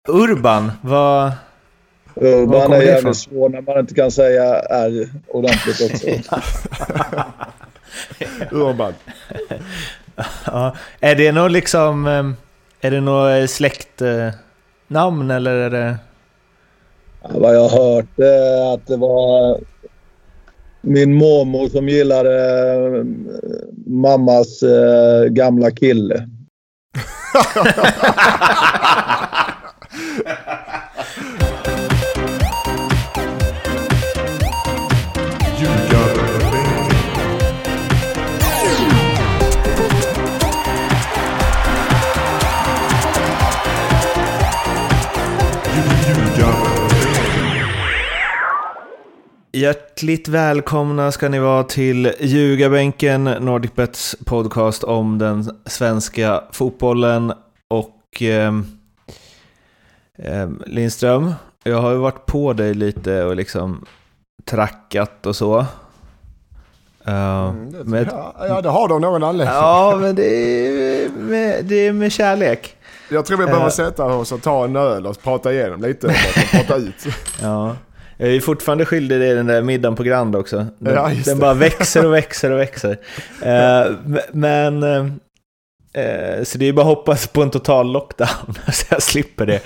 Urban, vad Urban är jävligt svår när man inte kan säga R ordentligt också. Urban. Ja, är det nog liksom släktnamn eller är det? Ja, vad jag har hört är att det var min mormor som gillade mammas gamla kille. Hjärtligt välkomna ska ni vara till Ljugarbänken, NordicBets podcast om den svenska fotbollen. Och Lindström, jag har ju varit på dig lite och liksom trackat och så. Det har de någon anledning. Ja, men det är med kärlek. Jag tror vi behöver sätta oss och ta en öl och prata igenom lite och prata ut. Ja. Jag är fortfarande skyldig dig den där middagen på Grand också. Den bara växer och växer och växer. Så det är bara att hoppas på en total lockdown så jag slipper det.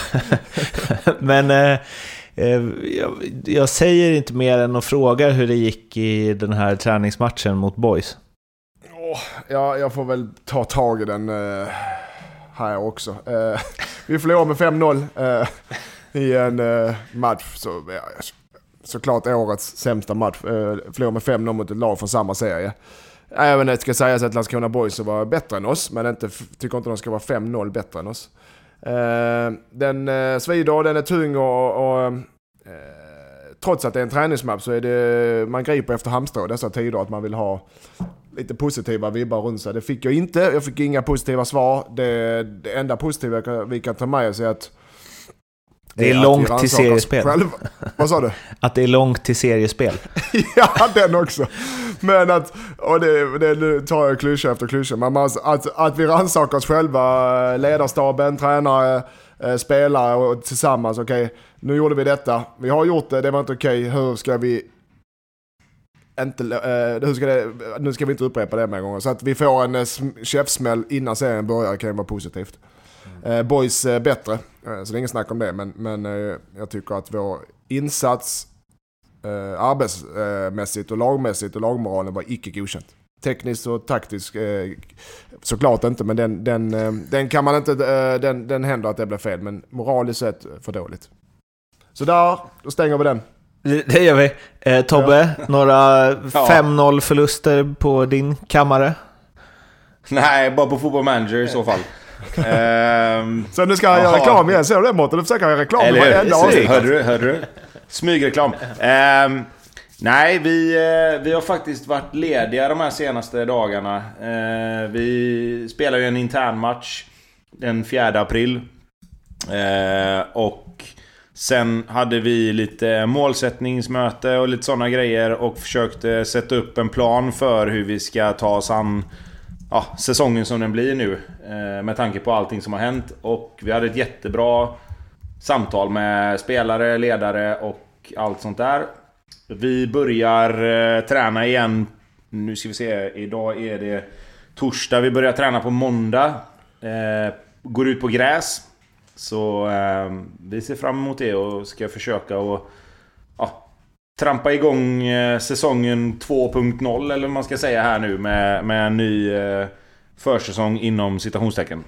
Men jag säger inte mer än att fråga hur det gick i den här träningsmatchen mot Boys. Ja, jag får väl ta tag i den här också. Vi förlorade med 5-0 i en match. Såklart årets sämsta match. Förlorade med 5-0 mot ett lag från samma serie. Även det ska sägas att Landskrona Boys var bättre än oss, men tycker inte de ska vara 5-0 bättre än oss. Den svider, den är tung och trots att det är en träningsmatch så är det, man griper efter hamstrå dessa tider att man vill ha lite positiva vibbar runt sig. Det fick jag inte. Jag fick inga positiva svar. Det enda positiva vi kan ta med oss är att det är långt till seriespel. Vad sa du? Att det är långt till seriespel. Ja, den också. Men att, och det tar jag klyscha efter klyscha. Men att vi rannsakar oss själva, ledarstaben, tränare, spelare och tillsammans. Okej, nu gjorde vi detta. Vi har gjort det, det var inte okej. Hur ska vi inte, nu ska vi inte upprepa det med gånger. Så att vi får en käftsmäll innan serien börjar kan vara positivt. Boys bättre, så det är ingen snack om det, men jag tycker att vår insats arbetsmässigt och lagmässigt och lagmoralen var icke godkänt. Tekniskt och taktiskt såklart inte, men den kan man inte, den händer att det blir fel, men moraliskt sett för dåligt. Så då stänger vi den. Det gör vi. Tobbe, några 5-0 förluster på din kammare? Nej, bara på Football Manager i så fall. Så nu ska jag göra reklam igen. Ser du det, Mårten? Du försöker göra reklam. Hörde du? Smygreklam. Nej, vi har faktiskt varit lediga de här senaste dagarna. Vi spelar ju en intern match den 4 april. Och sen hade vi lite målsättningsmöte och lite sådana grejer och försökte sätta upp en plan för hur vi ska ta oss an säsongen som den blir nu, med tanke på allting som har hänt. Och vi hade ett jättebra samtal med spelare, ledare och allt sånt där. Vi börjar träna igen. Nu ska vi se, idag är det torsdag. Vi börjar träna på måndag. Går ut på gräs. Så vi ser fram emot det och ska försöka och trampa igång säsongen 2.0 eller vad man ska säga här nu med en ny försäsong inom citationstecken.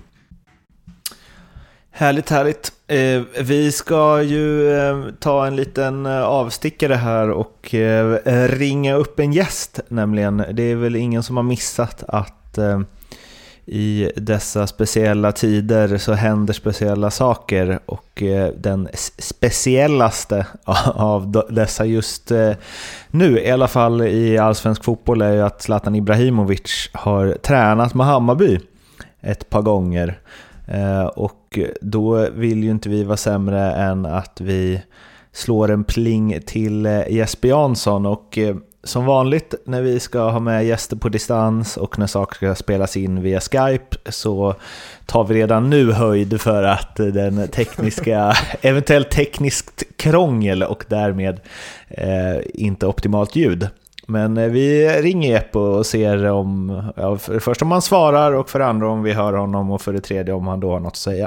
Härligt. Vi ska ju ta en liten avstickare här och ringa upp en gäst, nämligen. Det är väl ingen som har missat att i dessa speciella tider så händer speciella saker, och den speciellaste av dessa just nu, i alla fall i allsvensk fotboll, är ju att Zlatan Ibrahimovic har tränat med Hammarby ett par gånger, och då vill ju inte vi vara sämre än att vi slår en pling till Jesper Jansson. Och som vanligt när vi ska ha med gäster på distans och när saker ska spelas in via Skype så tar vi redan nu höjd för att den tekniska, eventuellt tekniskt krångel och därmed inte optimalt ljud. Men vi ringer Jeppe och ser om, för först om han svarar och för andra om vi hör honom och för det tredje om han då har något att säga.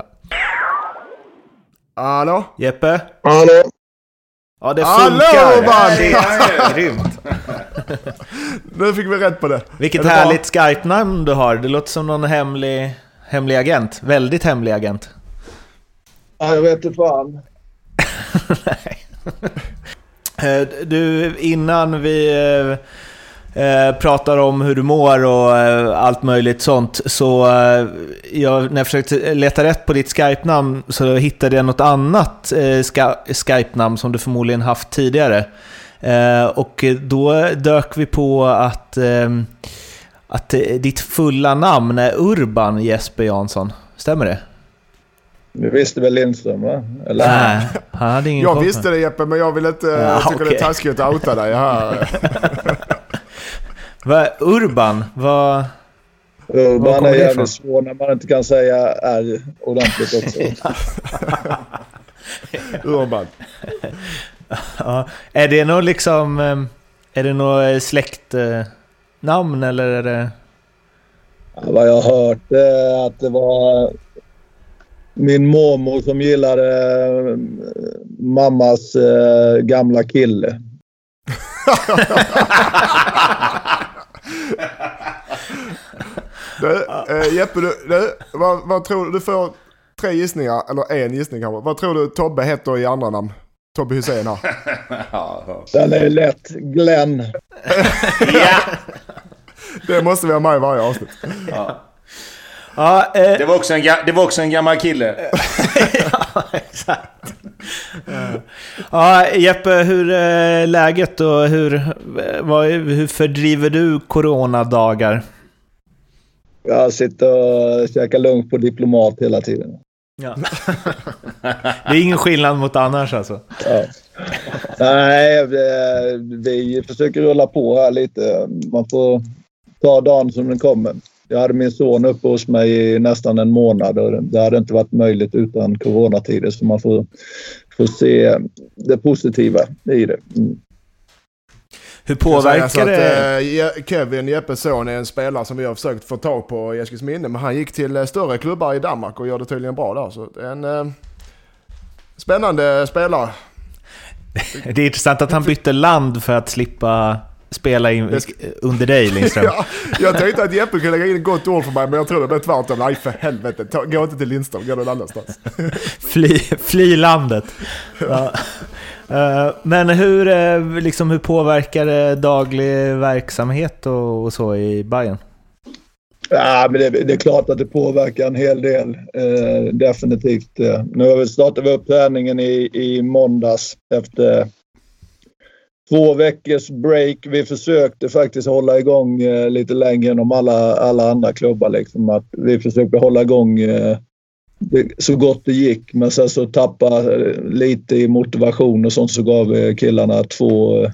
Hallå? Jeppe? Hallå? Ja, det funkar. Hallå, det är grymt. Nu fick vi rätt på det. Vilket härligt Skype-namn du har. Det låter som någon hemlig agent. Väldigt hemlig agent. Ja, jag vet inte fan. Nej. Du, innan vi pratar om hur du mår och allt möjligt sånt, så när jag försökte leta rätt på ditt Skype-namn så hittade jag något annat Skype-namn som du förmodligen haft tidigare. Och då dök vi på att ditt fulla namn är Urban Jesper Jansson. Stämmer det? Du visste väl Lindström, va? Eller? Nej, han hade ingen jag visste det, Jeppe, men jag vill inte... jag tycker det är taskigt att outa dig här. Urban? Urban är jävligt svår när man inte kan säga R ordentligt också. Urban. Ja. Är det något liksom... Är det något släktnamn eller är det... Ja, vad jag har hört är att det var min mormor som gillade mammas gamla kille. Jeppe, vad tror du? Du får 3 gissningar, eller en gissning kanske. Vad tror du Tobbe heter i andra namn? Tobbe Hussein här. Den är lätt. Glenn. Ja! Det måste vi ha med i varje avsnitt. Ja. Ja, det var också en gammal kille. Ja, exakt. Ja, Jeppe, hur är läget och hur fördriver du coronadagar? Jag sitter och käkar lunch på Diplomat hela tiden. Ja. Det är ingen skillnad mot annars alltså. Ja. Nej, vi försöker rulla på här lite. Man får ta dagen som den kommer. Jag hade min son uppe hos mig i nästan en månad och det hade inte varit möjligt utan coronatider, så man får se det positiva i det. Mm. Hur påverkar det? Kevin, Jeppes son, är en spelare som vi har försökt få tag på i Eskilsminne, men han gick till större klubbar i Danmark och gör det tydligen bra där. Så det är en spännande spelare. Det är intressant att han bytte land för att slippa spela under dig, Lindström. Ja, jag tänkte att Jeppe kunde lägga in ett gott ord för mig, men jag tror det blev tvärtom. Nej, för helvete. Gå inte till Lindström, gå någon annanstans. Fly landet. Ja. Men hur påverkar det daglig verksamhet och så i Bayern? Ja, men det är klart att det påverkar en hel del. Definitivt. Nu startade vi upp träningen i måndags efter 2 veckors break. Vi försökte faktiskt hålla igång lite längre än om alla andra klubbar. Liksom. Att vi försökte hålla igång så gott det gick. Men sen så tappade lite i motivation och sånt, så gav killarna 2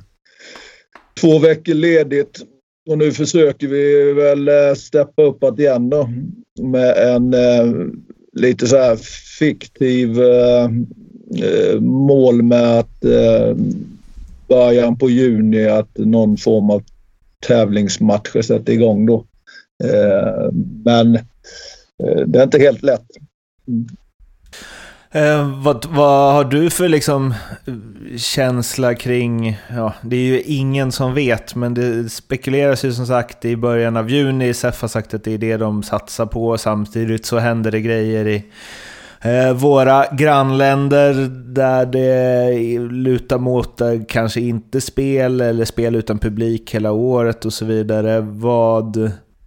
veckor ledigt. Och nu försöker vi väl steppa upp att igen då. Med en lite så här fiktiv mål med att början på juni att någon form av tävlingsmatcher sätter igång då. Men det är inte helt lätt. Vad har du för känsla kring, det är ju ingen som vet, men det spekuleras ju som sagt i början av juni. SEF har sagt att det är det de satsar på. Samtidigt så händer det grejer i våra grannländer där det lutar mot kanske inte spel eller spel utan publik hela året och så vidare. Vad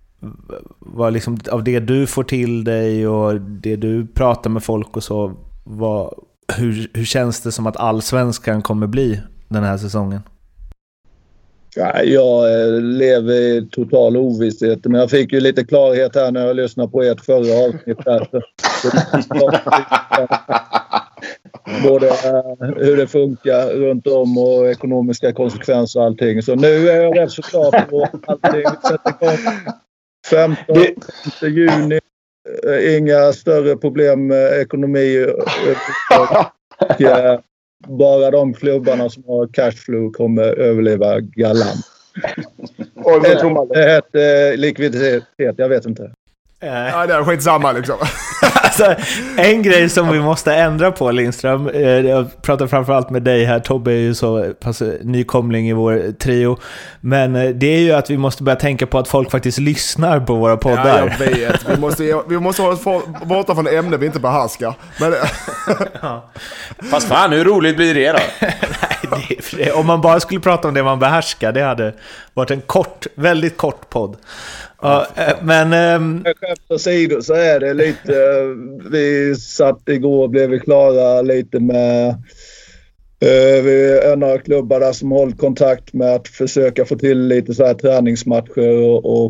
av det du får till dig och det du pratar med folk och så, hur känns det som att allsvenskan kommer bli den här säsongen? Ja, jag lever i total ovisshet, men jag fick ju lite klarhet här när jag lyssnade på ert förra avsnitt där. både hur det funkar runt om och ekonomiska konsekvenser och allting. Så nu är jag rätt så klar på allting. Vi sätter igång 15 juni. Inga större problem med ekonomi. Och, bara de klubbarna som har cashflow kommer överleva galant. Det heter likviditet, jag vet inte. Ja, det är skitsamma liksom. Alltså, en grej som vi måste ändra på, Lindström, jag pratar framförallt med dig här, Tobbe är ju så pass nykomling i vår trio, men det är ju att vi måste börja tänka på att folk faktiskt lyssnar på våra poddar. Ja, jag vet. Vi måste hålla oss borta från ämnen vi inte behärskar. Men... ja. Fast fan, hur roligt blir det då? Nej, om man bara skulle prata om det man behärskar, det hade varit en väldigt kort podd. Ja, men skämt åsido så är det lite, vi satt igår och blev klara lite med vi är en av klubbarna som hållit kontakt med att försöka få till lite så här träningsmatcher och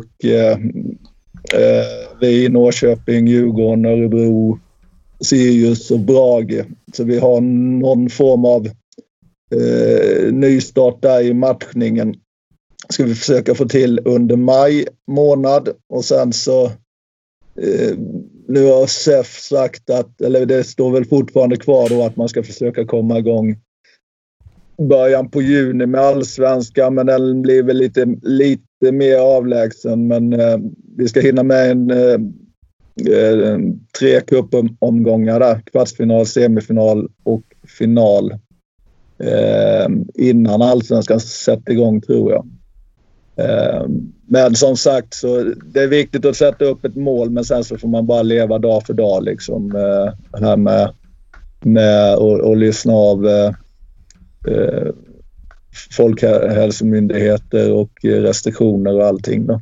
vi i Norrköping, Djurgården, Örebro, Sirius och Brage, så vi har någon form av nystart där i matchningen. Ska vi försöka få till under maj månad, och sen så nu har SEF sagt att, eller det står väl fortfarande kvar då, att man ska försöka komma igång början på juni med allsvenska, men den blir väl lite mer avlägsen, men vi ska hinna med en 3 cupomgångar där, kvartsfinal, semifinal och final innan allsvenskan sätter igång, tror jag. Men som sagt, så det är viktigt att sätta upp ett mål, men sen så får man bara leva dag för dag liksom, här med och lyssna av folkhälsomyndigheter och restriktioner och allting då.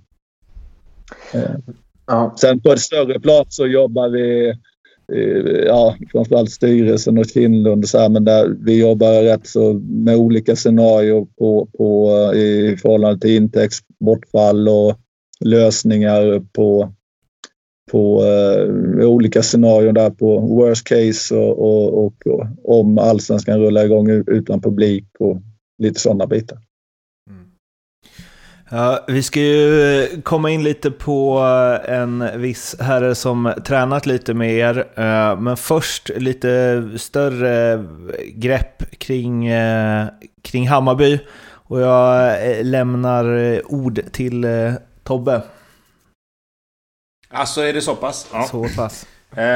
Sen på ett större plan så jobbar vi framförallt styrelsen och Kinlund så här, men där vi jobbar rätt så med olika scenarier på i förhållande till intäktsbortfall och lösningar på olika scenarier där på worst case och om allsvenskan rullar igång utan publik och lite sådana bitar. Ja, vi ska ju komma in lite på en viss herre som tränat lite med er, men först lite större grepp kring Hammarby, och jag lämnar ord till Tobbe. Alltså, är det så pass? Ja. Så pass.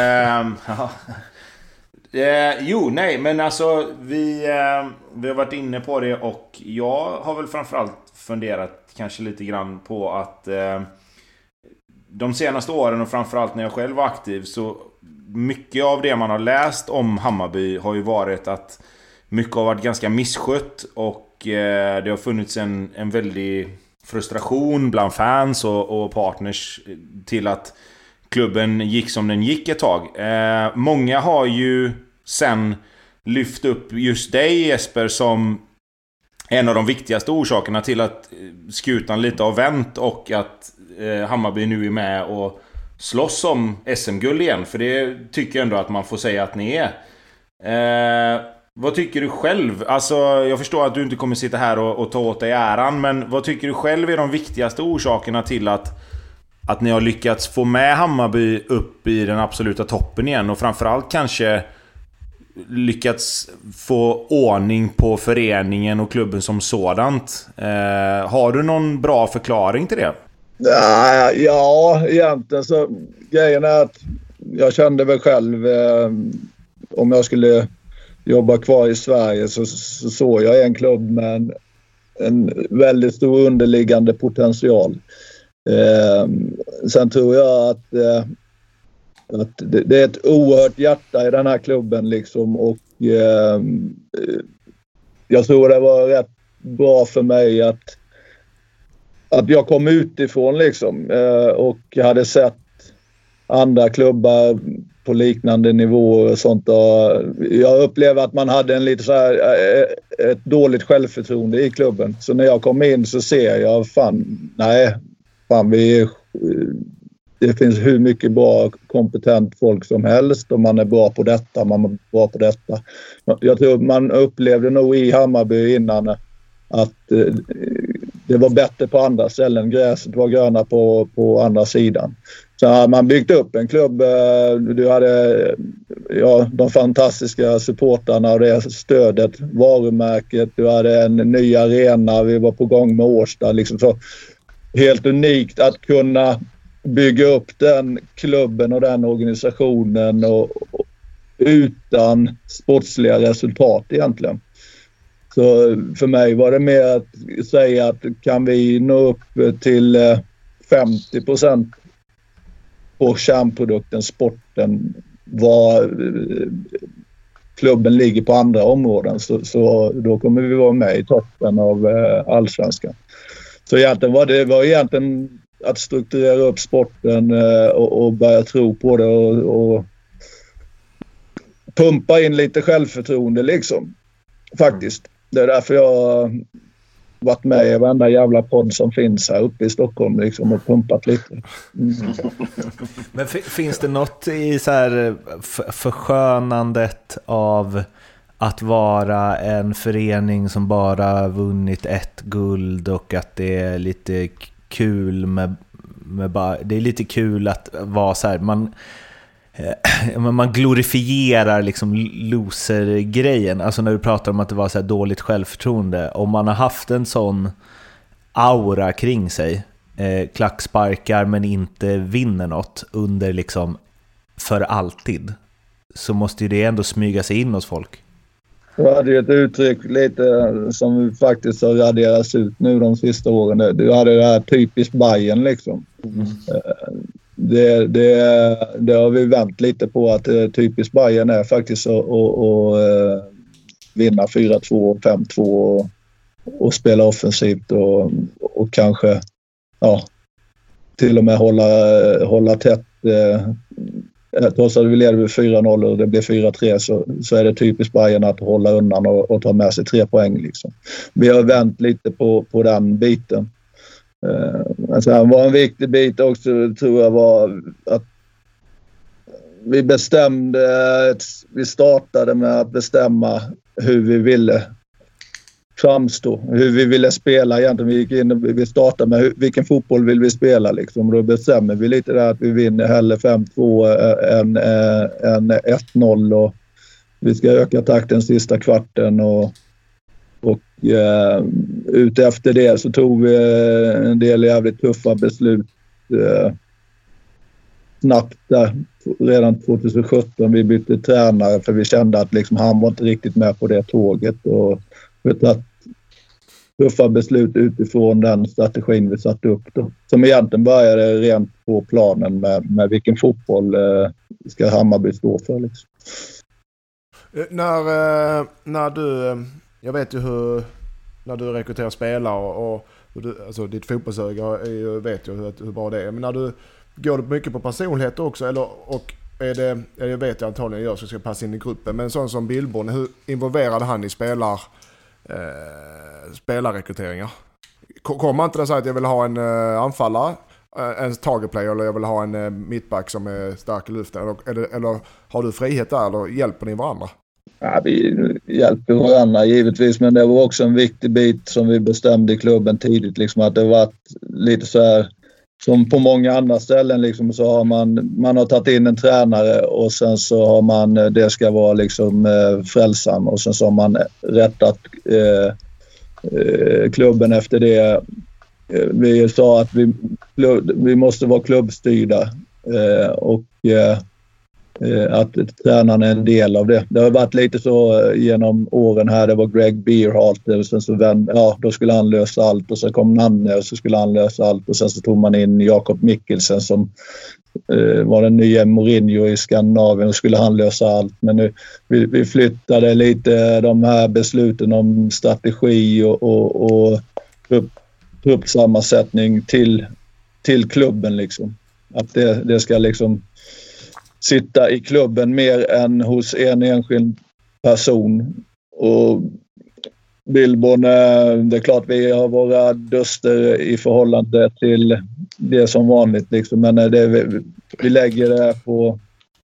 Men alltså vi har varit inne på det, och jag har väl framförallt funderat kanske lite grann på att de senaste åren, och framförallt när jag själv var aktiv, så mycket av det man har läst om Hammarby har ju varit att mycket har varit ganska misskött, och det har funnits en väldig frustration bland fans och partners till att klubben gick som den gick ett tag. Många har ju sen lyft upp just dig, Jesper, som en av de viktigaste orsakerna till att skutan lite har vänt, och att Hammarby nu är med och slåss om SM-guld igen. För det tycker jag ändå att man får säga att ni är. Vad tycker du själv? Alltså, jag förstår att du inte kommer sitta här och ta åt dig äran, men vad tycker du själv är de viktigaste orsakerna till att ni har lyckats få med Hammarby upp i den absoluta toppen igen, och framförallt kanske lyckats få ordning på föreningen och klubben som sådant? Har du någon bra förklaring till det? Ja, egentligen så grejen är att jag kände väl själv om jag skulle jobba kvar i Sverige så såg jag en klubb med en väldigt stor underliggande potential. Sen tror jag att det är ett oerhört hjärta i den här klubben liksom, och jag tror det var rätt bra för mig att jag kom utifrån liksom, och hade sett andra klubbar på liknande nivåer och sånt, och jag upplevde att man hade en lite så här ett dåligt självförtroende i klubben. Så när jag kom in så ser jag vi det finns hur mycket bra kompetent folk som helst och man är bra på detta, man är bra på detta. Jag tror man upplevde nog i Hammarby innan att det var bättre på andra ställen. Gräset var gröna på andra sidan. Så hade man byggt upp en klubb. Du hade de fantastiska supportarna och det stödet, varumärket. Du hade en ny arena. Vi var på gång med Årsta. Liksom. Så helt unikt att kunna bygga upp den klubben och den organisationen och utan sportsliga resultat egentligen. Så för mig var det mer att säga att kan vi nå upp till 50% på kärnprodukten, sporten, vad klubben ligger på andra områden, så då kommer vi vara med i toppen av allsvenskan. Så egentligen var det att strukturera upp sporten och börja tro på det och pumpa in lite självförtroende liksom. Faktiskt. Det är därför jag har varit med i varenda jävla podd som finns här uppe i Stockholm liksom, och pumpat lite. Men finns det något i så här förskönandet av att vara en förening som bara vunnit ett guld och att det är lite kul det är lite kul att vara så här, man glorifierar liksom loser-grejen. Alltså när du pratar om att det var så här dåligt självförtroende, om man har haft en sån aura kring sig, klacksparkar men inte vinner något under liksom för alltid, så måste ju det ändå smyga sig in hos folk. Jag hade ju ett uttryck lite som faktiskt har raderats ut nu de sista åren. Du hade det här typiskt Bayern liksom. Det har vi vänt lite på, att typiskt Bayern är faktiskt att vinna 4-2, 5-2 och spela offensivt och kanske till och med hålla tätt. Trots att vi leder med 4-0 och det blir 4-3 så är det typiskt Bayern att hålla undan och ta med sig 3 poäng liksom. Vi har vänt lite på den biten. Alltså, var en viktig bit också, tror jag, var att vi startade med att bestämma hur vi ville framstå, hur vi ville spela egentligen. Vi startade med vilken fotboll vill vi spela liksom. Då bestämmer vi lite där att vi vinner hellre 5-2 än 1-0 och vi ska öka takten sista kvarten och ut efter det så tog vi en del jävligt tuffa beslut snabbt där. Redan 2017 vi bytte tränare för vi kände att liksom han var inte riktigt med på det tåget, och vi har tagit tuffa beslut utifrån den strategin vi satte upp då. Som egentligen började rent på planen med vilken fotboll ska Hammarby stå för liksom. När du, jag vet ju hur, när du rekryterar spelare och du, alltså ditt fotbollsöga vet ju hur bra det är, men när du går du mycket på personlighet också, eller, och är det, jag vet jag antagligen gör så ska passa in i gruppen, men sån som Billborn, hur involverad han i spelarrekryteringar? Kommer inte det säga att jag vill ha en anfallare, en targetplayer, eller jag vill ha en mittback som är stark i luften, eller har du frihet där, eller hjälper ni varandra? Ja, vi hjälper varandra givetvis, men det var också en viktig bit som vi bestämde i klubben tidigt, liksom, att det var lite så här som på många andra ställen liksom, så har man har tagit in en tränare och sen så har man, det ska vara liksom frälsam, och sen så har man rättat klubben efter det. Vi sa att vi måste vara klubbstyrda och att tränaren är en del av det. Det har varit lite så genom åren här. Det var Greg Beerhalter och sen så då skulle han lösa allt, och så kom Nanne och så skulle han lösa allt, och sen så tog man in Jakob Mikkelsen som var den nya Mourinho i Skandinavien, och skulle han lösa allt. Men nu vi flyttade lite de här besluten om strategi och truppsammansättning till klubben liksom. Att det ska liksom sitta i klubben mer än hos en enskild person. Och Billborn, det är klart vi har våra duster i förhållande till det som vanligt liksom, men vi lägger det på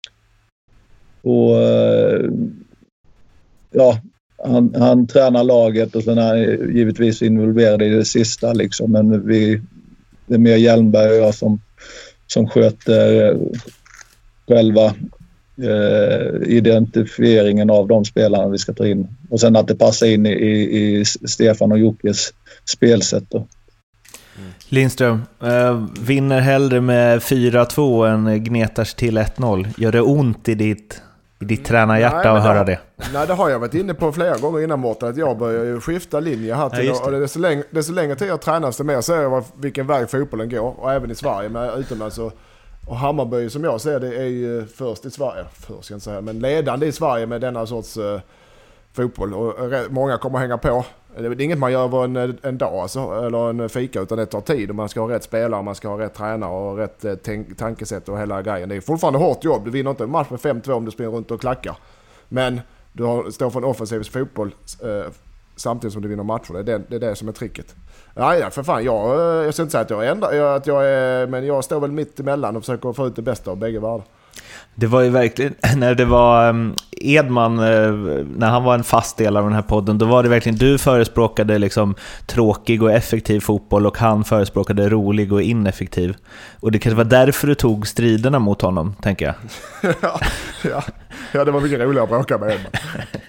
ja, han tränar laget och sen är han givetvis involverad i det sista liksom, men det är mer Hjelmberg och jag som sköter själva identifieringen av de spelarna vi ska ta in. Och sen att det passar in i Stefan och Jockes spelsätt då. Lindström, vinner hellre med 4-2 än gnetar till 1-0. Gör det ont i ditt tränarhjärta att höra det? Nej, det har jag varit inne på flera gånger innan Mårten, att jag börjar skifta linje här till, och desto längre tid jag tränar, desto mer ser jag vilken väg fotbollen går, och även i Sverige med utomlands. Och Hammarby, som jag ser det, är ju först i Sverige, men ledande i Sverige med denna sorts fotboll, och många kommer hänga på. Det är inget man gör över en dag alltså, eller en fika, utan det tar tid, och man ska ha rätt spelare, man ska ha rätt tränare och rätt tankesätt och hela grejen. Det är fortfarande hårt jobb. Du vinner inte en match med 5-2 om du springer runt och klackar, men du står för en offensiv fotboll samtidigt som du vinner matcher. Det är det som är tricket. Nej, för fan, jag ska inte säga att jag är, men jag står väl mitt emellan och försöker få ut det bästa av bägge världar. Det var ju verkligen, när det var Edman, när han var en fast del av den här podden, då var det verkligen, du förespråkade liksom tråkig och effektiv fotboll, och han förespråkade rolig och ineffektiv. Och det kanske var därför du tog striderna mot honom, tänker jag. ja, det var mycket roligare att bråka med Edman.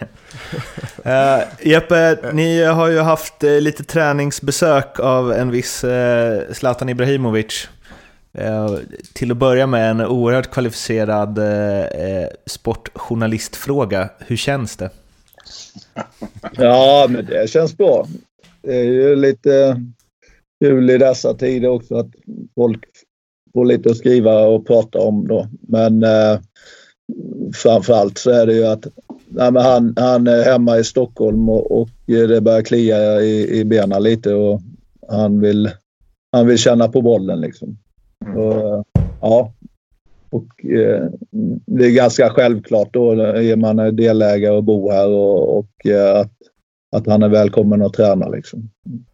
Jeppe, ni har ju haft lite träningsbesök av en viss Zlatan Ibrahimovic. Till att börja med en oerhört kvalificerad sportjournalistfråga. Hur känns det? Ja, men det känns bra. Det är ju lite kul i dessa tider också att folk får lite att skriva och prata om då. Men framförallt så är det ju att han är hemma i Stockholm och det börjar klia i benen lite, och han vill känna på bollen liksom. Och, ja, och det är ganska självklart då är man delägare och bor här, och att han är välkommen att träna liksom.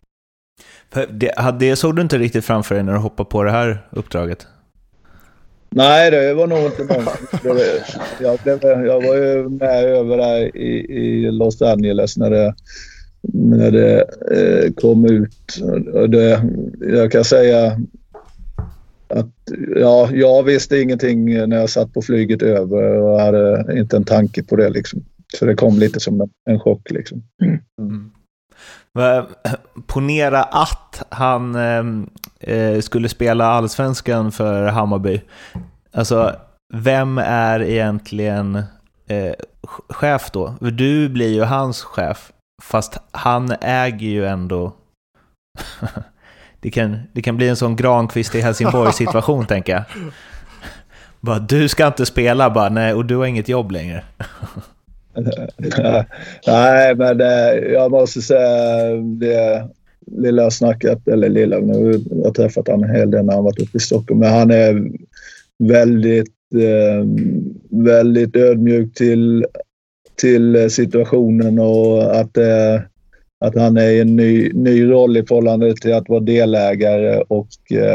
Det såg du inte riktigt framför dig när du hoppade på det här uppdraget? Nej, det var nog inte många. Jag var ju med över där i Los Angeles när det kom ut. Jag kan säga att jag visste ingenting när jag satt på flyget över, och hade inte en tanke på det liksom. Så det kom lite som en chock liksom. Ponera att han skulle spela allsvenskan för Hammarby. Alltså, vem är egentligen chef då? Du blir ju hans chef, fast han äger ju ändå det kan bli en sån Granqvist i Helsingborg-situation, tänker jag. Bara, du ska inte spela, bara, nej, och du har inget jobb längre. Nej, men jag måste säga det lilla snacket, eller lilla, nu jag har träffat han en hel del när han varit uppe i Stockholm, men han är väldigt ödmjuk till situationen, och att han är i en ny roll i förhållande till att vara delägare, och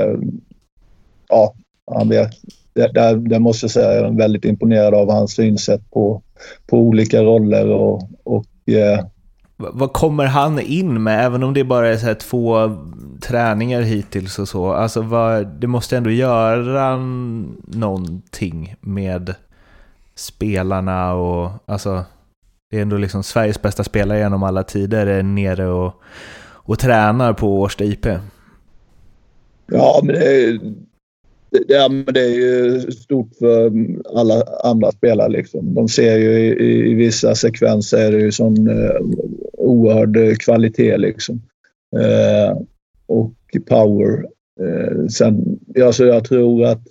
han vet, det måste jag säga, jag är väldigt imponerad av hans synsätt på olika roller och vad kommer han in med, även om det bara är så här 2 träningar hittills och så? Alltså det måste ändå göra någonting med spelarna, och alltså det är ändå liksom Sveriges bästa spelare genom alla tider är nere och tränar på Årsta IP. Ja, men det är ju stort för alla andra spelare liksom. De ser ju i vissa sekvenser är det ju sån oerhörd kvalitet liksom. Och power. Sen, alltså jag tror att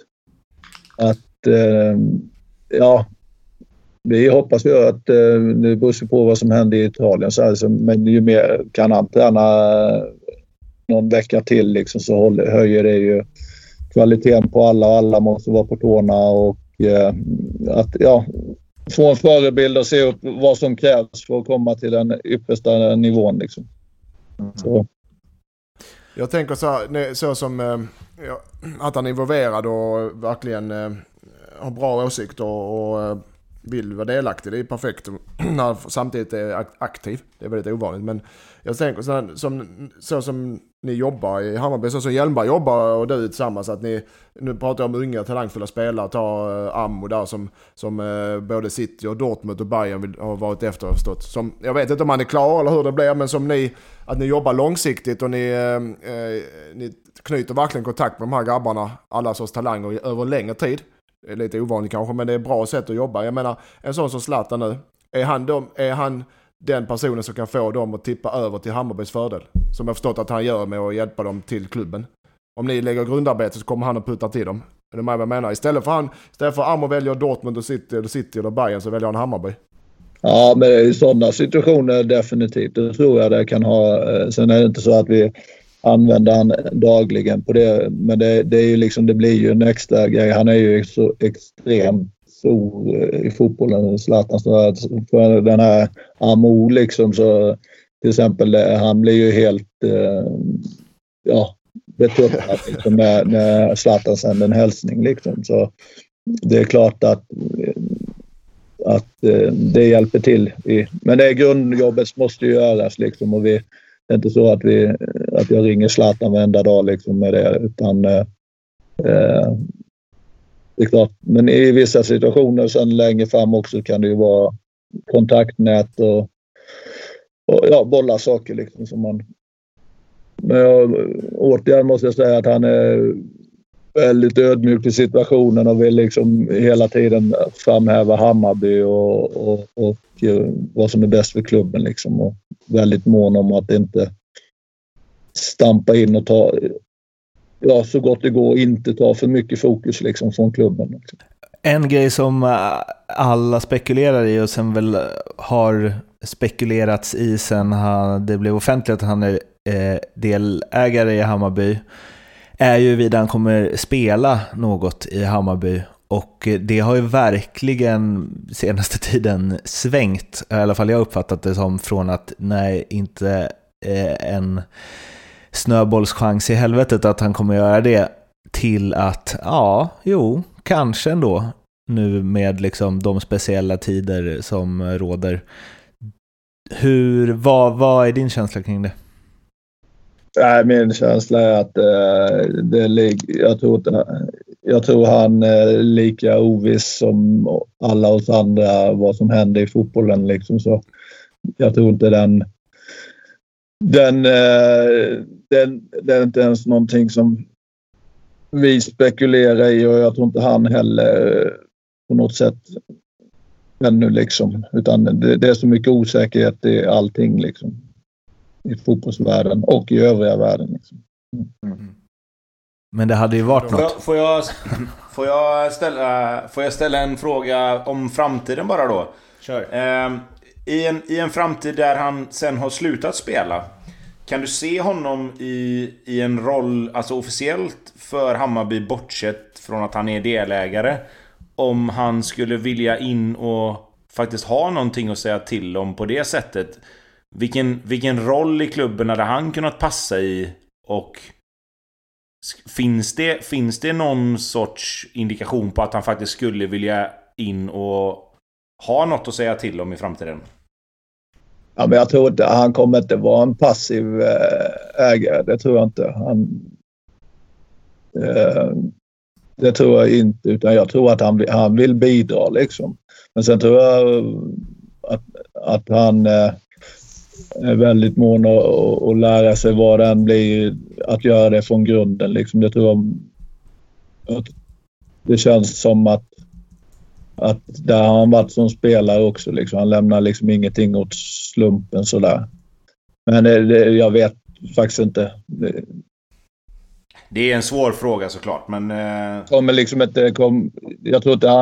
vi hoppas ju att det beror på vad som händer i Italien, så alltså, men ju mer kan han träna någon vecka till liksom, så höjer det ju kvaliteten på alla måste vara på tårna, och få en förebild och se upp vad som krävs för att komma till den yppersta nivån liksom. Så. Jag tänker så som att han är involverad och verkligen har bra åsikter och vill vara delaktig. Det är perfekt när han samtidigt är aktiv. Det är väldigt ovanligt. Men jag tänker så som ni jobbar i Hammarby, så som Hjelmberg jobbar och du tillsammans, att ni nu pratar om unga talangfulla spelare, ta Ammo där som både City och Dortmund och Bayern har varit efter, har förstått. Som, jag vet inte om han är klar eller hur det blir, men som att ni jobbar långsiktigt och ni knyter verkligen kontakt med de här grabbarna, alla sorts talanger över längre tid. Det är lite ovanligt kanske, men det är ett bra sätt att jobba. Jag menar, en sån som Zlatan nu, är han den personen som kan få dem att tippa över till Hammarbys fördel? Som jag förstått att han gör med att hjälpa dem till klubben. Om ni lägger grundarbete så kommer han att putta till dem. Det är vad jag menar. Istället för Ammo väljer Dortmund och City eller Bayern, så väljer han Hammarby. Ja, men i sådana situationer definitivt. Det tror jag det kan ha. Sen är det inte så att vi använder han dagligen på det. Men det är ju liksom, det blir ju en extra grej. Han är ju så extremt stor i fotbollen, Zlatan. Så för den här Amo liksom, så till exempel han blir ju helt betuttad liksom, när Zlatan sänder en hälsning liksom. Så det är klart att det hjälper till. Men det grundjobbet måste ju göras liksom, och det är inte så att jag ringer Zlatan varenda dag liksom med det, utan det är klart. Men i vissa situationer sen längre fram också kan det ju vara kontaktnät och bolla saker liksom som man. Men återigen måste jag säga att han är väldigt ödmjuk i situationen och vill liksom hela tiden framhäva Hammarby och vad som är bäst för klubben liksom, och väldigt mån om att inte stampa in och ta så gott det går, inte ta för mycket fokus liksom från klubben liksom. En grej som alla spekulerar i och sen väl har spekulerats i sen det blev offentligt att han är delägare i Hammarby, är ju huruvida han kommer spela något i Hammarby. Och det har ju verkligen senaste tiden svängt, i alla fall jag har uppfattat det som, från att nej, inte en snöbollschans i helvetet att han kommer göra det, till att kanske ändå nu med liksom de speciella tider som råder. Vad är din känsla kring det? Min känsla är att jag tror han är lika oviss som alla oss andra vad som händer i fotbollen liksom, så jag tror inte den är inte ens någonting som vi spekulerar i, och jag tror inte han heller på något sätt ännu liksom, utan det är så mycket osäkerhet i allting liksom, i fotbollsvärlden och i övriga världen liksom. Men det hade ju varit något. Får jag ställa en fråga om framtiden bara då? Kör. I en framtid där han sen har slutat spela, kan du se honom i en roll, alltså officiellt för Hammarby, bortsett från att han är delägare, om han skulle vilja in och faktiskt ha någonting att säga till om på det sättet? Vilken roll i klubben hade han kunnat passa i, och finns det någon sorts indikation på att han faktiskt skulle vilja in och ha något att säga till om i framtiden? Ja, men jag tror inte han kommer inte vara en passiv ägare. Det tror jag inte. Det tror jag inte, utan jag tror att han vill bidra liksom. Men sen tror jag att han är väldigt mån att lära sig vad den blir, att göra det från grunden liksom. Det tror jag, det känns som att där har han varit som spelare också liksom. Han lämnar liksom ingenting åt slumpen sådär. Men jag vet faktiskt inte. Det är en svår fråga såklart, men kommer liksom inte jag tror inte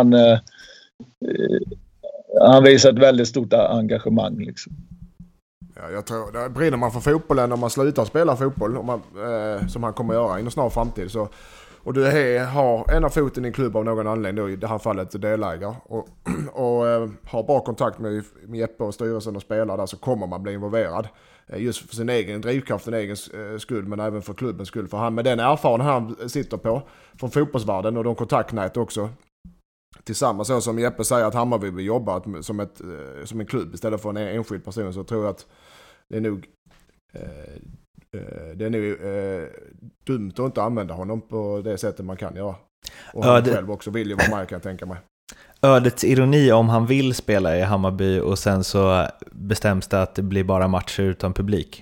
han visar ett väldigt stort engagemang liksom. Ja, jag tror där brinner man för fotbollen om man slutar spela fotboll, om man, som han kommer göra inom snar framtid, så och du har ena foten i en klubb av någon anledning, då, i det här fallet delägare, och har bra kontakt med Jeppe och styrelsen och spelare där, så kommer man bli involverad. Just för sin egen drivkraft, sin egen skull, men även för klubbens skull. För han, med den erfarenhet han sitter på från fotbollsvärlden och de kontaktnät också, tillsammans, så som Jeppe säger att Hammarby vill jobba som en klubb istället för en enskild person, så tror jag att det är nog dumt att inte använda honom på det sättet man kan göra. Och han själv också vill ju vara med, kan jag tänka mig. Ödets ironi om han vill spela i Hammarby och sen så bestäms det att det blir bara matcher utan publik.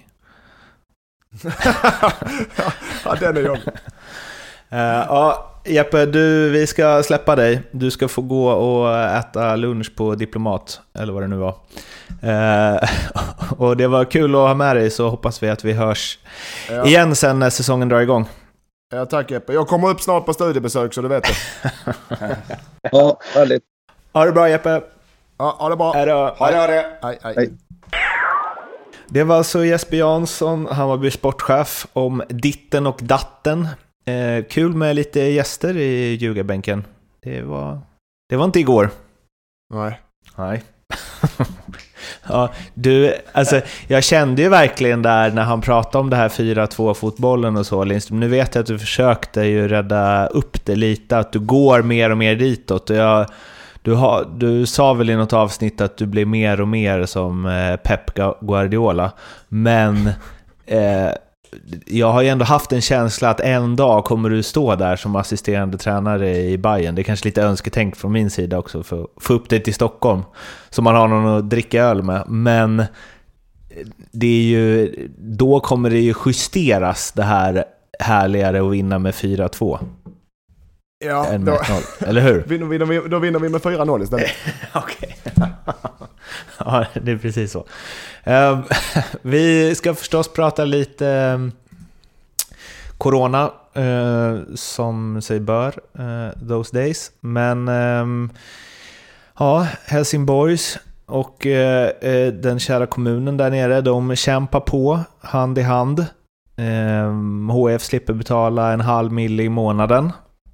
Ja, den är jobbig. Ja, Jeppe, vi ska släppa dig. Du ska få gå och äta lunch på Diplomat, eller vad det nu var. Och det var kul att ha med dig, så hoppas vi att vi hörs igen sen när säsongen drar igång. Ja, tack Jeppe. Jag kommer upp snart på studiebesök, så du vet det. Ja, härligt. Ha det bra, Jeppe. Ja, ha det bra. Hej då. Ha det. Hej. Det var alltså Jesper Jansson, Hammarby sportchef, om ditten och datten. Kul med lite gäster i ljugarbänken. Det var inte igår. Nej. Ja, alltså, jag kände ju verkligen där när han pratade om det här 4-2 fotbollen och så, Lindström. Nu vet jag att du försökte ju rädda upp det lite, att du går mer och mer ditåt. Och du sa väl i något avsnitt att du blir mer och mer som Pep Guardiola. Men jag har ju ändå haft en känsla att en dag kommer du stå där som assisterande tränare i Bayern. Det är kanske lite önsketänkt från min sida också, för att få upp det till Stockholm så man har någon att dricka öl med. Men det är ju, då kommer det ju justeras, det här härligare att vinna med 4-2. Ja, än med 1-0, eller hur? Då vinner vi med 4-0 istället. Okej. Ja, det är precis så. Vi ska förstås prata lite corona, som sig bör, those days. Men ja, Helsingborgs och den kära kommunen där nere, de kämpar på hand i hand. HF slipper betala 500 000 i månaden.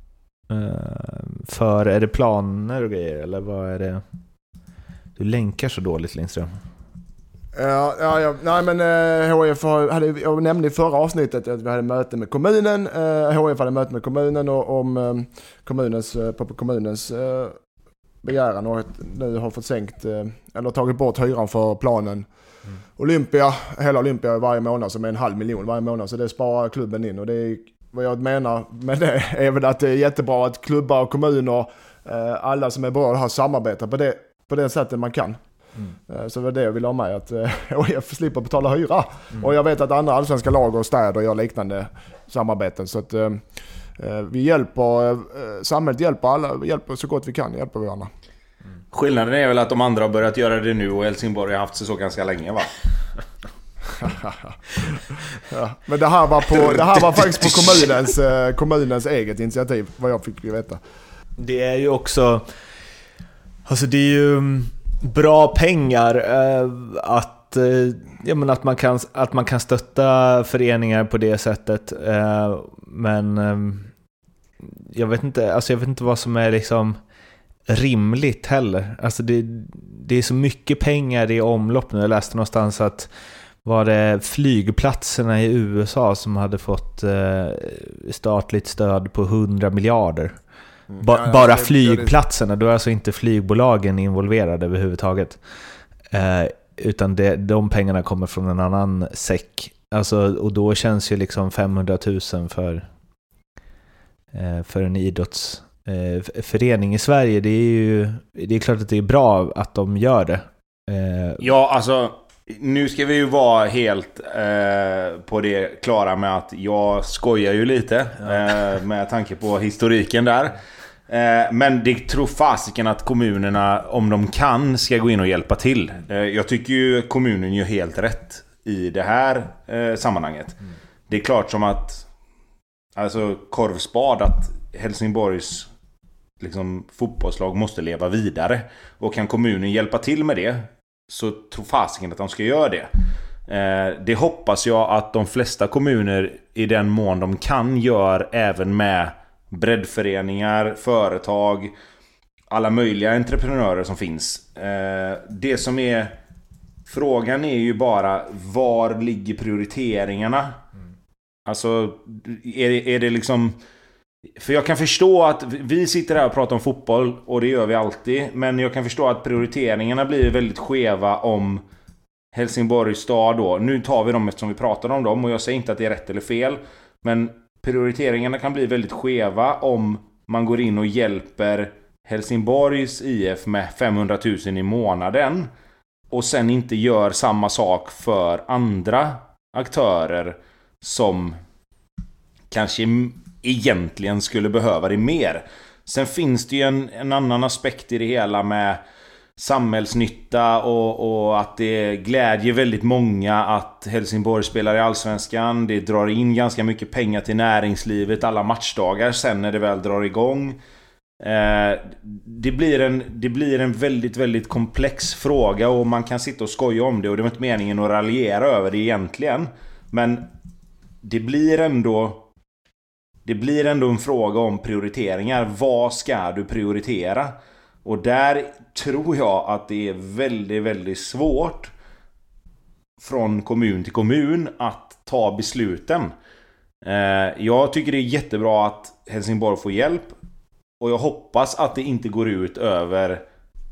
För, är det planer och grejer, eller vad är det? Du länkar så dåligt, Lindström. Ja. Nej, men HF jag nämnde i förra avsnittet att vi hade möte med kommunen. HF hade möte med kommunen och om kommunens begäran, och nu har fått sänkt eller tagit bort hyran för planen. Hela Olympia varje månad, som är 500 000 varje månad, så det sparar klubben in. Och det är, vad jag menar med det är väl att det är jättebra att klubbar och kommuner, alla som är berörda, har samarbete på det sättet man kan. Så det var det jag ville ha med, att HF slipper betala hyra. Och jag vet att andra allsvenska lag och städer gör liknande samarbeten, så att vi hjälper, samhället hjälper så gott vi kan, hjälper varandra. Skillnaden är väl att de andra har börjat göra det nu och Helsingborg har haft sig så ganska länge, va? Ja, men det här var faktiskt på kommunens eget initiativ, vad jag fick veta. Det är ju också, alltså det är ju bra pengar att man kan stötta föreningar på det sättet, men jag vet inte vad som är liksom rimligt heller. Alltså det är så mycket pengar i omlopp nu. Jag läste någonstans att var det flygplatserna i USA som hade fått statligt stöd på 100 miljarder. Bara flygplatserna, då är alltså inte flygbolagen involverade överhuvudtaget. Utan de pengarna kommer från en annan säck. Alltså, och då känns ju liksom 500 000 för en idrottsförening i Sverige. Det är klart att det är bra att de gör det. Ja, alltså nu ska vi ju vara helt på det klara med att jag skojar ju lite med tanke på historiken där. Men det tror fasiken att kommunerna, om de kan, ska gå in och hjälpa till. Jag tycker ju kommunen gör helt rätt i det här sammanhanget. Det är klart som att, alltså korvspad, att Helsingborgs liksom fotbollslag måste leva vidare. Och kan kommunen hjälpa till med det, så tror fasiken att de ska göra det. Det hoppas jag att de flesta kommuner, i den mån de kan, gör även med breddföreningar, företag, alla möjliga entreprenörer som finns. Det som är frågan är ju bara, var ligger prioriteringarna? Alltså, är det liksom... För jag kan förstå att vi sitter här och pratar om fotboll, och det gör vi alltid, men jag kan förstå att prioriteringarna blir väldigt skeva om Helsingborgs stad då. Nu tar vi dem eftersom vi pratar om dem, och jag säger inte att det är rätt eller fel, men prioriteringarna kan bli väldigt skeva om man går in och hjälper Helsingborgs IF med 500 000 i månaden och sen inte gör samma sak för andra aktörer som kanske egentligen skulle behöva det mer. Sen finns det ju en annan aspekt i det hela med samhällsnytta och att det glädjer väldigt många att Helsingborg spelar i Allsvenskan. Det drar in ganska mycket pengar till näringslivet alla matchdagar sen när det väl drar igång. Det blir en väldigt, väldigt komplex fråga, och man kan sitta och skoja om det, och det var inte meningen att raljera över det egentligen, men det blir ändå en fråga om prioriteringar. Vad ska du prioritera? Och där tror jag att det är väldigt, väldigt svårt från kommun till kommun att ta besluten. Jag tycker det är jättebra att Helsingborg får hjälp, och jag hoppas att det inte går ut över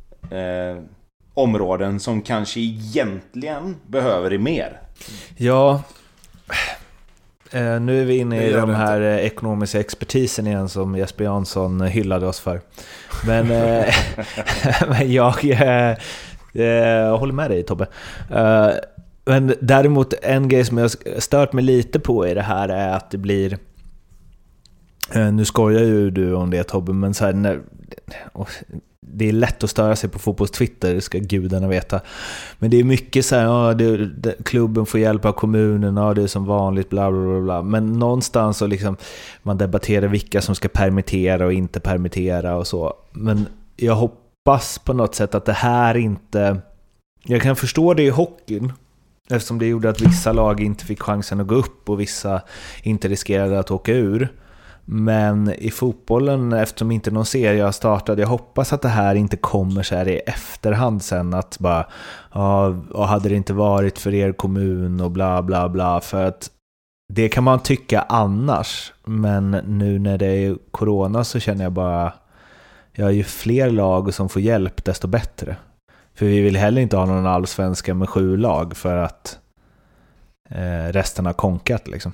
områden som kanske egentligen behöver det mer. Ja, nu är vi inne i de här ekonomiska expertisen igen som Jesper Jansson hyllade oss för. Men, men jag håller med dig, Tobbe. Men däremot en grej som jag stört mig lite på i det här är att det blir... Nu skojar ju du om det, Tobbe, men så här, det är lätt att störa sig på fotbollstwitter, ska gudarna veta. Men det är mycket så här, klubben får hjälp av kommunen, det är som vanligt, bla bla bla bla. Men någonstans så liksom man debatterar vilka som ska permittera och inte permittera och så. Men jag hoppas på något sätt att det här inte... Jag kan förstå det i hockeyn, eftersom det gjorde att vissa lag inte fick chansen att gå upp och vissa inte riskerade att åka ur. Men i fotbollen, eftersom inte någon serie har startat, jag hoppas att det här inte kommer så här i efterhand sen, att bara, och hade det inte varit för er kommun och bla bla bla, för att det kan man tycka annars, men nu när det är corona så känner jag bara, jag är ju fler lag som får hjälp desto bättre, för vi vill heller inte ha någon allsvenska med 7 lag för att resten har konkat liksom.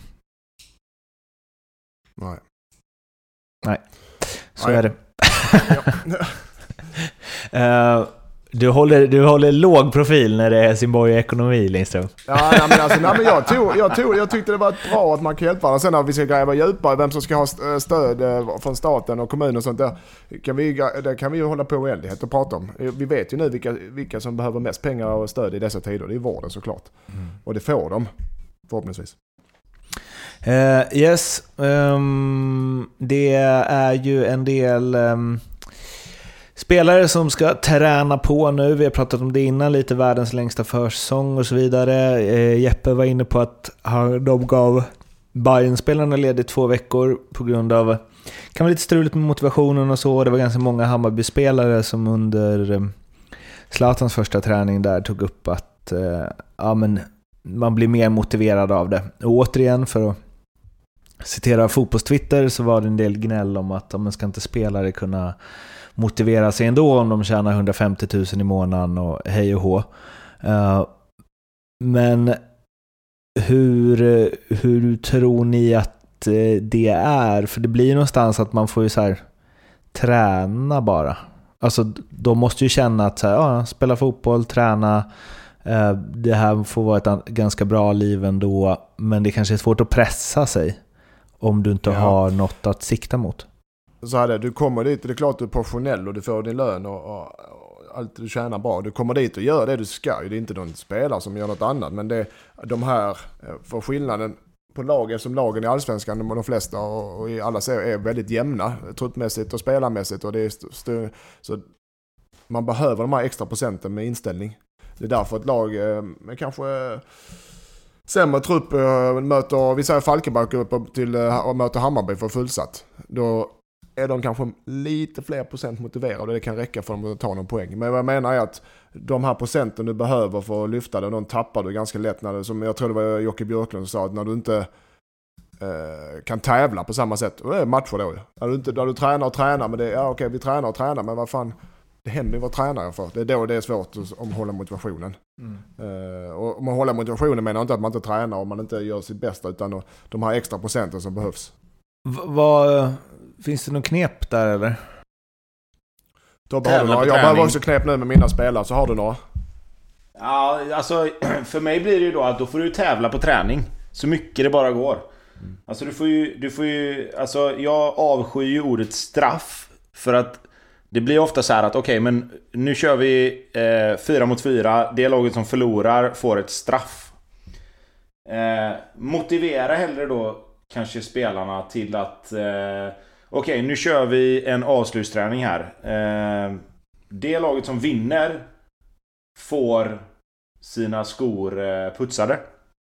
Nej, så är det. Du håller låg profil när det är Helsingborg ekonomi, Lindström. Jag tyckte det var bra att man kan hjälpa. Sen när vi ska gräva djupare vem som ska ha stöd från staten och kommunen och sånt där, kan vi ju hålla på i oändlighet och prata om. Vi vet ju nu vilka som behöver mest pengar och stöd i dessa tider. Det är vården såklart. Och det får de förhoppningsvis. Yes, det är ju en del spelare som ska träna på nu. Vi har pratat om det innan, lite världens längsta försäsong och så vidare. Jeppe var inne på att de gav Bayern-spelarna ledigt 2 veckor på grund av, kan vara lite struligt med motivationen och så. Det var ganska många Hammarby-spelare som under Zlatans första träning där tog upp att men man blir mer motiverad av det. Och återigen, för att citera fotbollstwitter, så var det en del gnäll om att man ska inte spelare kunna motivera sig ändå om de tjänar 150 000 i månaden och hej och hå. Men hur tror ni att det är? För det blir någonstans att man får ju så här träna bara. Alltså de måste ju känna att så här, spela fotboll, träna, det här får vara ett ganska bra liv ändå, men det kanske är svårt att pressa sig om du inte har något att sikta mot. Så här, du kommer dit, det är klart du är professionell och du får din lön och allt du tjänar bra. Du kommer dit och gör det du ska. Det är inte någon spelare som gör något annat, men det, de här för skillnaden på lagen, som lagen i Allsvenskan och de flesta och i alla serier är väldigt jämna truppmässigt och spelarmässigt, och det är så man behöver de här extra procenten med inställning. Det är därför ett lag med kanske sämre trupp möter, vi säger Falkenberg upp till och möter Hammarby för fullsatt. Då är de kanske lite fler procent motiverade och det kan räcka för dem att ta någon poäng. Men vad jag menar är att de här procenten du behöver för att lyfta det, de tappar du ganska lätt när det, som jag tror det var Jocke Björklund som sa, att när du inte kan tävla på samma sätt, och det är matcher då. När du tränar och tränar, men det är okej, vi tränar och tränar, men vad fan, det händer ju vad tränar jag för. Det är då det är svårt att hålla motivationen. Och om man håller motivationen menar inte att man inte tränar och man inte gör sitt bästa, utan de här extra procenten som behövs. Finns det någon knep där eller? Jag behöver också knep nu med mina spelare, så har du några? Ja, alltså för mig blir det ju då att då får du tävla på träning så mycket det bara går. Alltså du får ju alltså jag avskyr ju ordet straff, för att det blir ofta så här att okej, men nu kör vi 4 mot 4, det laget som förlorar får ett straff. Motivera hellre då kanske spelarna till att okej, nu kör vi en avslutsträning här. Det laget som vinner får sina skor putsade.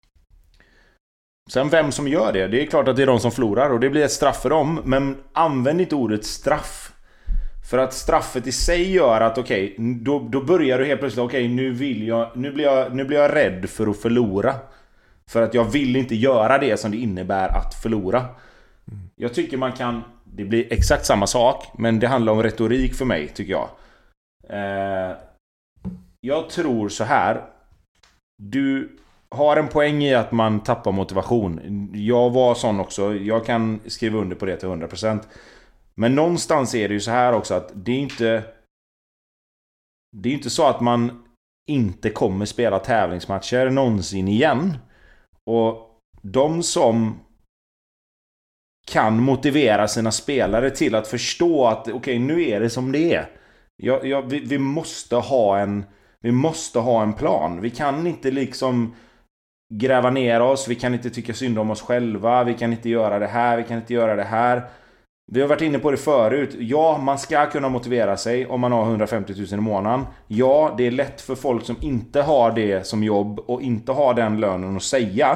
Sen vem som gör det är klart att det är de som förlorar och det blir ett straff för dem. Men använd inte ordet straff. För att straffet i sig gör att okej, då börjar du helt plötsligt okej, nu blir jag rädd för att förlora. För att jag vill inte göra det som det innebär att förlora. Jag tycker det blir exakt samma sak, men det handlar om retorik för mig, tycker jag. Jag tror så här. Du har en poäng i att man tappar motivation. Jag var sån också. Jag kan skriva under på det till 100%. Men någonstans är det ju så här också att det är inte så att man inte kommer spela tävlingsmatcher någonsin igen. Och de som kan motivera sina spelare till att förstå att okej, nu är det som det är. Vi måste ha en plan. Vi kan inte liksom gräva ner oss. Vi kan inte tycka synd om oss själva. Vi kan inte göra det här. Vi kan inte göra det här. Vi har varit inne på det förut. Ja, man ska kunna motivera sig om man har 150 000 i månaden. Ja, det är lätt för folk som inte har det som jobb och inte har den lönen att säga.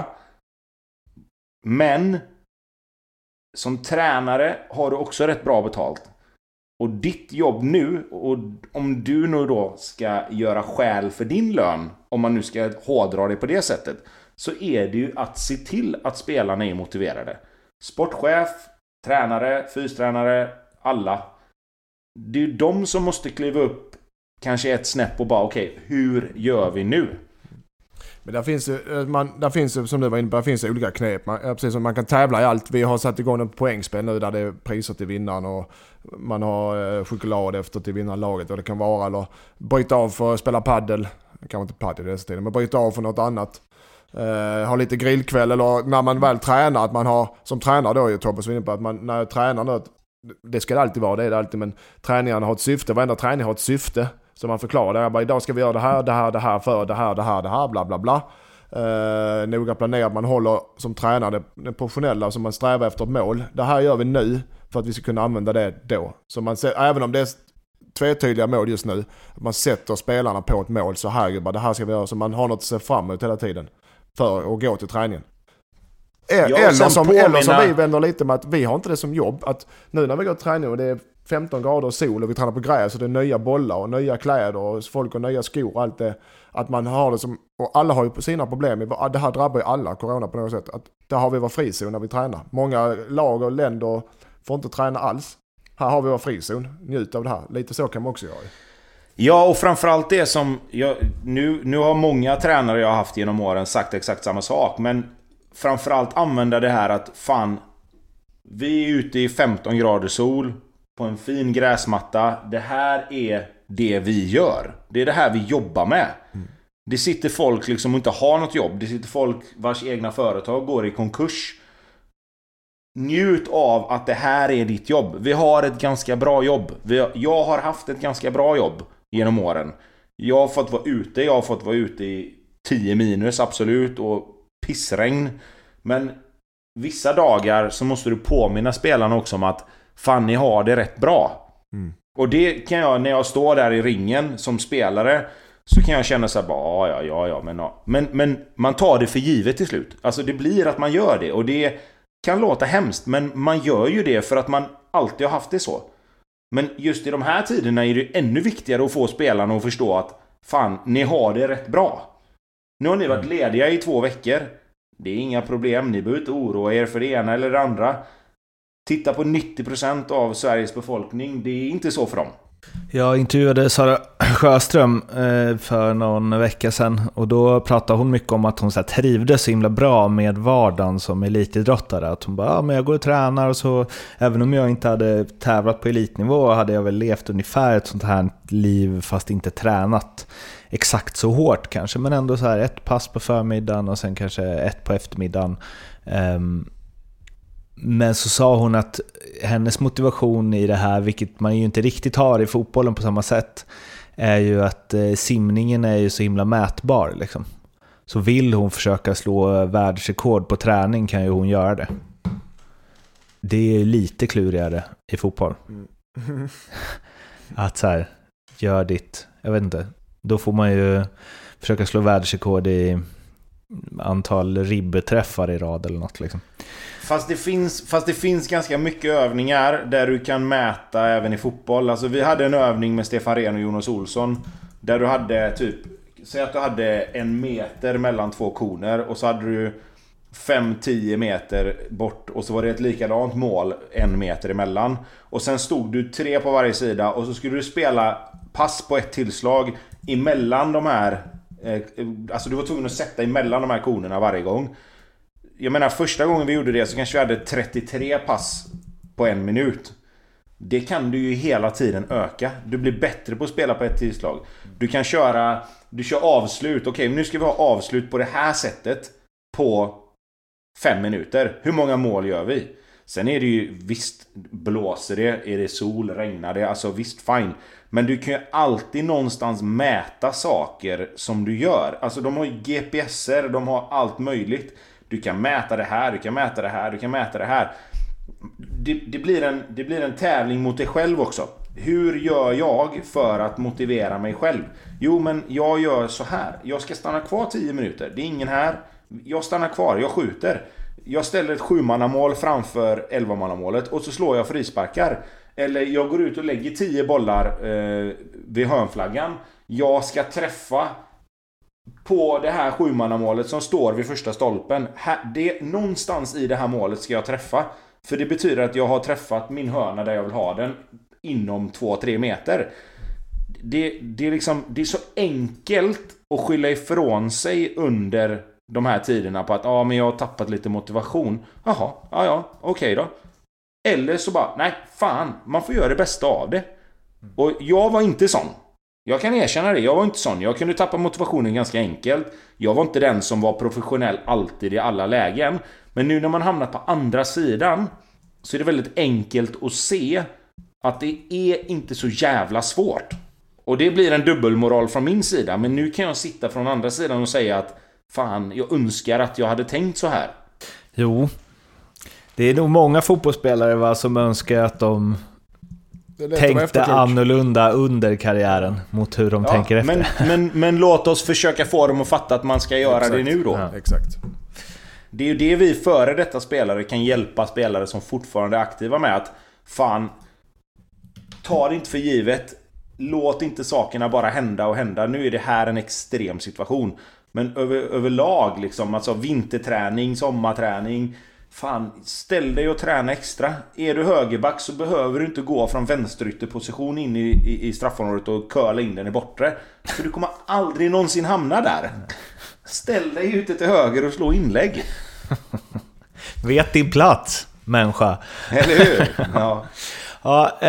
Men som tränare har du också rätt bra betalt. Och ditt jobb nu, och om du nu då ska göra skäl för din lön, om man nu ska hårdra det på det sättet, så är det ju att se till att spelarna är motiverade. Sportchef, tränare, fystränare, alla. Det är ju de som måste kliva upp kanske ett snäpp och bara okej, hur gör vi nu? Men där finns som du var inne på, där finns olika knep. Precis som man kan tävla i allt. Vi har satt igång en poängspel nu där det är priser till vinnaren och man har choklad efter till vinnarlaget och det kan vara, eller bryta av för att spela paddel. Kanske inte paddel i dessa tider, men bryta av för något annat. Ha lite grillkväll, eller när man väl tränar, att man har, som tränare då är Tobbes inne på, att man när jag tränar då, det ska det alltid vara, det är det alltid, men träningarna har ett syfte, varenda träning har ett syfte. Så man förklarar det. Bara, idag ska vi göra det här för det här, bla bla bla. Noga planerat, man håller som tränare den professionella, som man strävar efter ett mål. Det här gör vi nu för att vi ska kunna använda det då. Så man ser, även om det är tvetydiga mål just nu, att man sätter spelarna på ett mål, så här, bara, det här ska vi göra, så man har något att se fram emot hela tiden för att gå till träningen. Eller som vi vänder lite med att vi har inte det som jobb, att nu när vi går till träning och det är 15 grader och sol och vi tränar på gräs och det är nya bollar och nya kläder och folk har nya skor och allt det, att man har det som, och alla har ju sina problem, det här drabbar ju alla, corona på något sätt, att där har vi vår frizon när vi tränar. Många lag och länder får inte träna alls. Här har vi vår frizon, njut av det här. Lite så kan man också göra. Ja, och framförallt det som nu har många tränare jag har haft genom åren sagt exakt samma sak, men framförallt använda det här att fan, vi är ute i 15 grader sol på en fin gräsmatta. Det här är det vi gör. Det är det här vi jobbar med. Det sitter folk liksom och inte har något jobb. Det sitter folk vars egna företag går i konkurs. Njut av att det här är ditt jobb. Vi har ett ganska bra jobb. Jag har haft ett ganska bra jobb genom åren. Jag har fått vara ute i 10 minus absolut och pissregn. Men vissa dagar så måste du påminna spelarna också om att fan, ni har det rätt bra. Och det kan jag, när jag står där i ringen som spelare, så kan jag känna så här, ja. Men man tar det för givet till slut. Alltså det blir att man gör det. Och det kan låta hemskt, men man gör ju det för att man alltid har haft det så. Men just i de här tiderna är det ännu viktigare att få spelarna att förstå att fan, ni har det rätt bra. Nu har ni varit lediga i 2 veckor. Det är inga problem, ni behöver inte oroa er för det ena eller det andra. Titta på 90% av Sveriges befolkning, det är inte så för dem. Jag intervjuade Sara Sjöström för någon vecka sedan, och då pratade hon mycket om att hon så här trivdes så himla bra med vardagen som elitidrottare. Att hon bara, men jag går och tränar, och så även om jag inte hade tävlat på elitnivå hade jag väl levt ungefär ett sånt här liv fast inte tränat exakt så hårt kanske, men ändå så här 1 pass på förmiddagen och sen kanske 1 på eftermiddagen. Men så sa hon att hennes motivation i det här, vilket man ju inte riktigt har i fotbollen på samma sätt, är ju att simningen är ju så himla mätbar liksom. Så vill hon försöka slå världsrekord på träning kan ju hon göra det. Det är lite klurigare i fotboll. Att så här, gör ditt, jag vet inte, då får man ju försöka slå världsrekord i antal ribbeträffar i rad eller något liksom. Fast det finns ganska mycket övningar där du kan mäta även i fotboll. Alltså vi hade en övning med Stefan Rehn och Jonas Olsson där du hade typ, säg att du hade 1 meter mellan 2 koner och så hade du 5-10 meter bort och så var det ett likadant mål 1 meter emellan. Och sen stod du 3 på varje sida och så skulle du spela pass på ett tillslag emellan de här. Alltså du var tvungen att sätta emellan de här konerna varje gång. Jag menar, första gången vi gjorde det så kanske vi hade 33 pass på 1 minut. Det kan du ju hela tiden öka. Du blir bättre på att spela på ett tillslag. Du kör avslut. Okej, nu ska vi ha avslut på det här sättet på 5 minuter. Hur många mål gör vi? Sen är det ju, visst blåser det, är det sol, regnar det, alltså visst fine. Men du kan ju alltid någonstans mäta saker som du gör. Alltså de har ju GPSer, de har allt möjligt. Du kan mäta det här, du kan mäta det här, du kan mäta det här. Det blir en tävling mot dig själv också. Hur gör jag för att motivera mig själv? Jo, men jag gör så här. Jag ska stanna kvar 10 minuter. Det är ingen här. Jag stannar kvar, jag skjuter. Jag ställer ett 7-mannamål framför 11-mannamålet och så slår jag frisparkar. Eller jag går ut och lägger 10 bollar vid hörnflaggan. Jag ska träffa på det här 7-mannamålet som står vid första stolpen. Någonstans i det här målet ska jag träffa. För det betyder att jag har träffat min hörna där jag vill ha den inom 2-3 meter. Det är så enkelt att skylla ifrån sig under de här tiderna på att men jag har tappat lite motivation. Jaha, okej då. Eller så bara, nej fan, man får göra det bästa av det. Och jag var inte sån. Jag kan erkänna det, jag var inte sån. Jag kunde tappa motivationen ganska enkelt. Jag var inte den som var professionell alltid i alla lägen. Men nu när man hamnar på andra sidan så är det väldigt enkelt att se att det är inte så jävla svårt. Och det blir en dubbelmoral från min sida. Men nu kan jag sitta från andra sidan och säga att fan, jag önskar att jag hade tänkt så här. Jo, det är nog många fotbollsspelare som önskar att de tänkte annorlunda under karriären mot hur de tänker efter. Men låt oss försöka få dem att fatta att man ska göra det nu då. Ja, exakt. Det är ju det vi före detta spelare kan hjälpa spelare som fortfarande är aktiva med. Att fan, ta det inte för givet. Låt inte sakerna bara hända. Nu är det här en extrem situation. Men överlag liksom, alltså vinterträning, sommarträning. Fan, ställ dig och träna extra. Är du högerback så behöver du inte gå från vänsterytterposition in i straffområdet och curla in den i bortre. För du kommer aldrig någonsin hamna där. Ställ dig ute till höger och slå inlägg. Vet din plats, människa. Eller hur? Ja. Ja,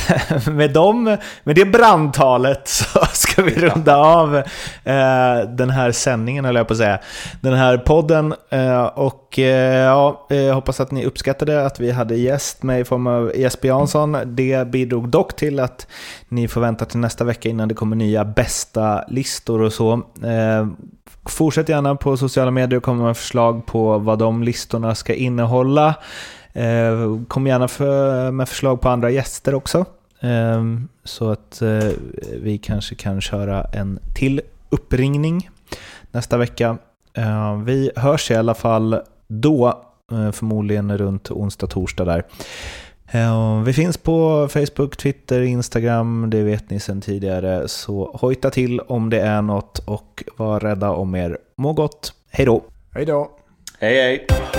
med det brandtalet så ska vi runda av den här sändningen, eller jag på att säga, den här podden, och jag hoppas att ni uppskattade att vi hade gäst med i form av Jesper Jansson. Det bidrog dock till att ni får vänta till nästa vecka innan det kommer nya bästa listor och så. Fortsätt gärna på sociala medier och komma med förslag på vad de listorna ska innehålla. Kom gärna med förslag på andra gäster också. Så att vi kanske kan köra en till uppringning nästa vecka. Vi hörs i alla fall då, förmodligen runt onsdag-torsdag där. Vi finns på Facebook, Twitter, Instagram, det vet ni sedan tidigare. Så hojta till om det är något och var rädda om er. Må gott, hej då! Hej då! Hej hej!